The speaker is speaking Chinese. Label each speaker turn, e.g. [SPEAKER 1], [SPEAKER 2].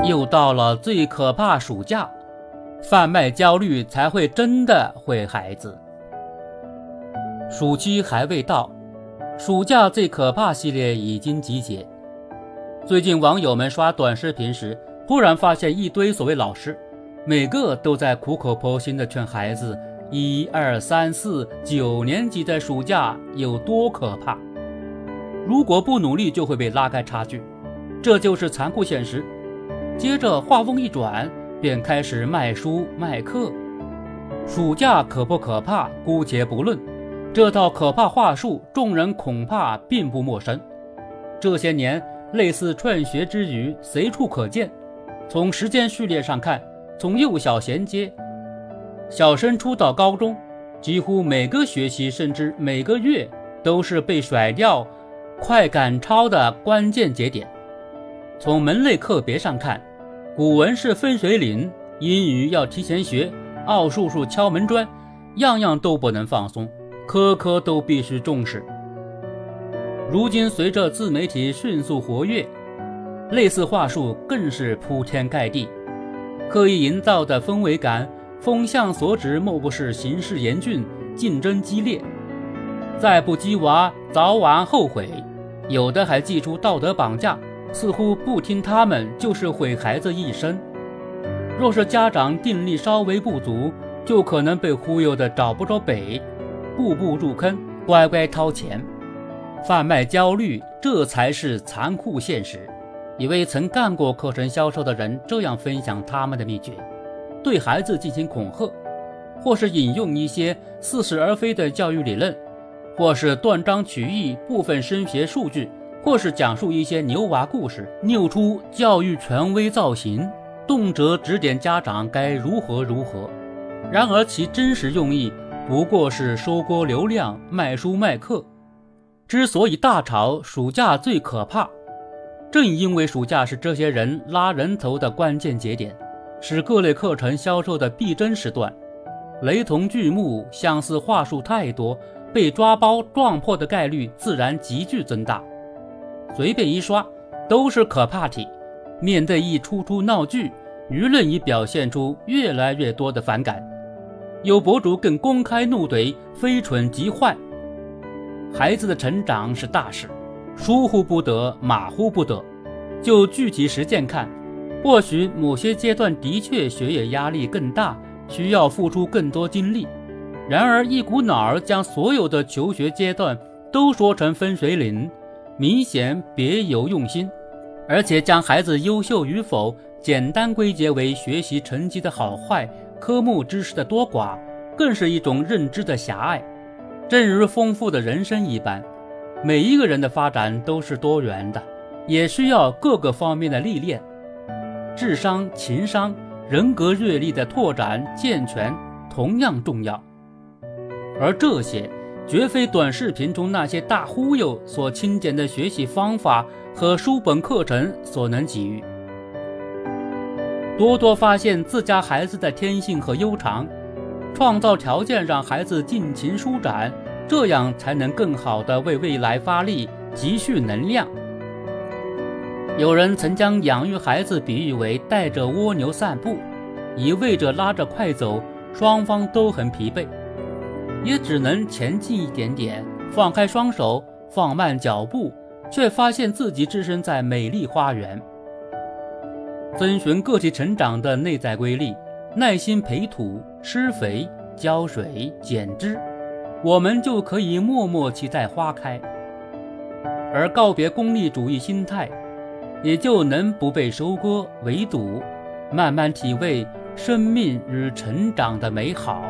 [SPEAKER 1] 又到了最可怕暑假，贩卖焦虑才会真的毁孩子。暑期还未到，暑假最可怕系列已经集结。最近网友们刷短视频时，忽然发现一堆所谓老师，每个都在苦口婆心地劝孩子1、2、3、4、9年级的暑假有多可怕，如果不努力就会被拉开差距，这就是残酷现实。接着话锋一转，便开始卖书卖课。暑假可不可怕姑且不论，这套可怕话术众人恐怕并不陌生。这些年类似劝学之语随处可见。从时间序列上看，从幼小衔接小升初到高中，几乎每个学期甚至每个月都是被甩掉快赶超的关键节点。从门类课别上看，古文是分水岭，英语要提前学，奥数是敲门砖，样样都不能放松，科科都必须重视。如今随着自媒体迅速活跃，类似话术更是铺天盖地，刻意营造的氛围感，风向所指莫不是形势严峻，竞争激烈，再不鸡娃早晚后悔。有的还祭出道德绑架，似乎不听他们就是毁孩子一生。若是家长定力稍微不足，就可能被忽悠的找不着北，步步入坑，乖乖掏钱。贩卖焦虑，这才是残酷现实。一位曾干过课程销售的人这样分享他们的秘诀：对孩子进行恐吓，或是引用一些似是而非的教育理论，或是断章取义部分升学数据，或是讲述一些牛娃故事，拗出教育权威造型，动辄指点家长该如何如何。然而其真实用意不过是收割流量，卖书卖课。之所以大吵暑假最可怕，正因为暑假是这些人拉人头的关键节点，是各类课程销售的必争时段。雷同剧目，相似话术太多，被抓包撞破的概率自然急剧增大。随便一刷都是可怕体，面对一出闹剧，舆论已表现出越来越多的反感，有博主更公开怒怼非蠢即坏。孩子的成长是大事，疏忽不得，马虎不得。就具体实践看，或许某些阶段的确学业压力更大，需要付出更多精力，然而一股脑儿将所有的求学阶段都说成分水岭，明显别有用心。而且将孩子优秀与否简单归结为学习成绩的好坏，科目知识的多寡，更是一种认知的狭隘。正如丰富的人生一般，每一个人的发展都是多元的，也需要各个方面的历练，智商、情商、人格阅历的拓展健全同样重要。而这些绝非短视频中那些大忽悠所轻简的学习方法和书本课程所能给予。多多发现自家孩子的天性和优长，创造条件让孩子尽情舒展，这样才能更好地为未来发力，积蓄能量。有人曾将养育孩子比喻为带着蜗牛散步，一味着拉着快走，双方都很疲惫，也只能前进一点点，放开双手，放慢脚步，却发现自己置身在美丽花园。遵循个体成长的内在规律，耐心培土、施肥、浇水、剪枝，我们就可以默默期待花开，而告别功利主义心态，也就能不被收割围堵，慢慢体味生命与成长的美好。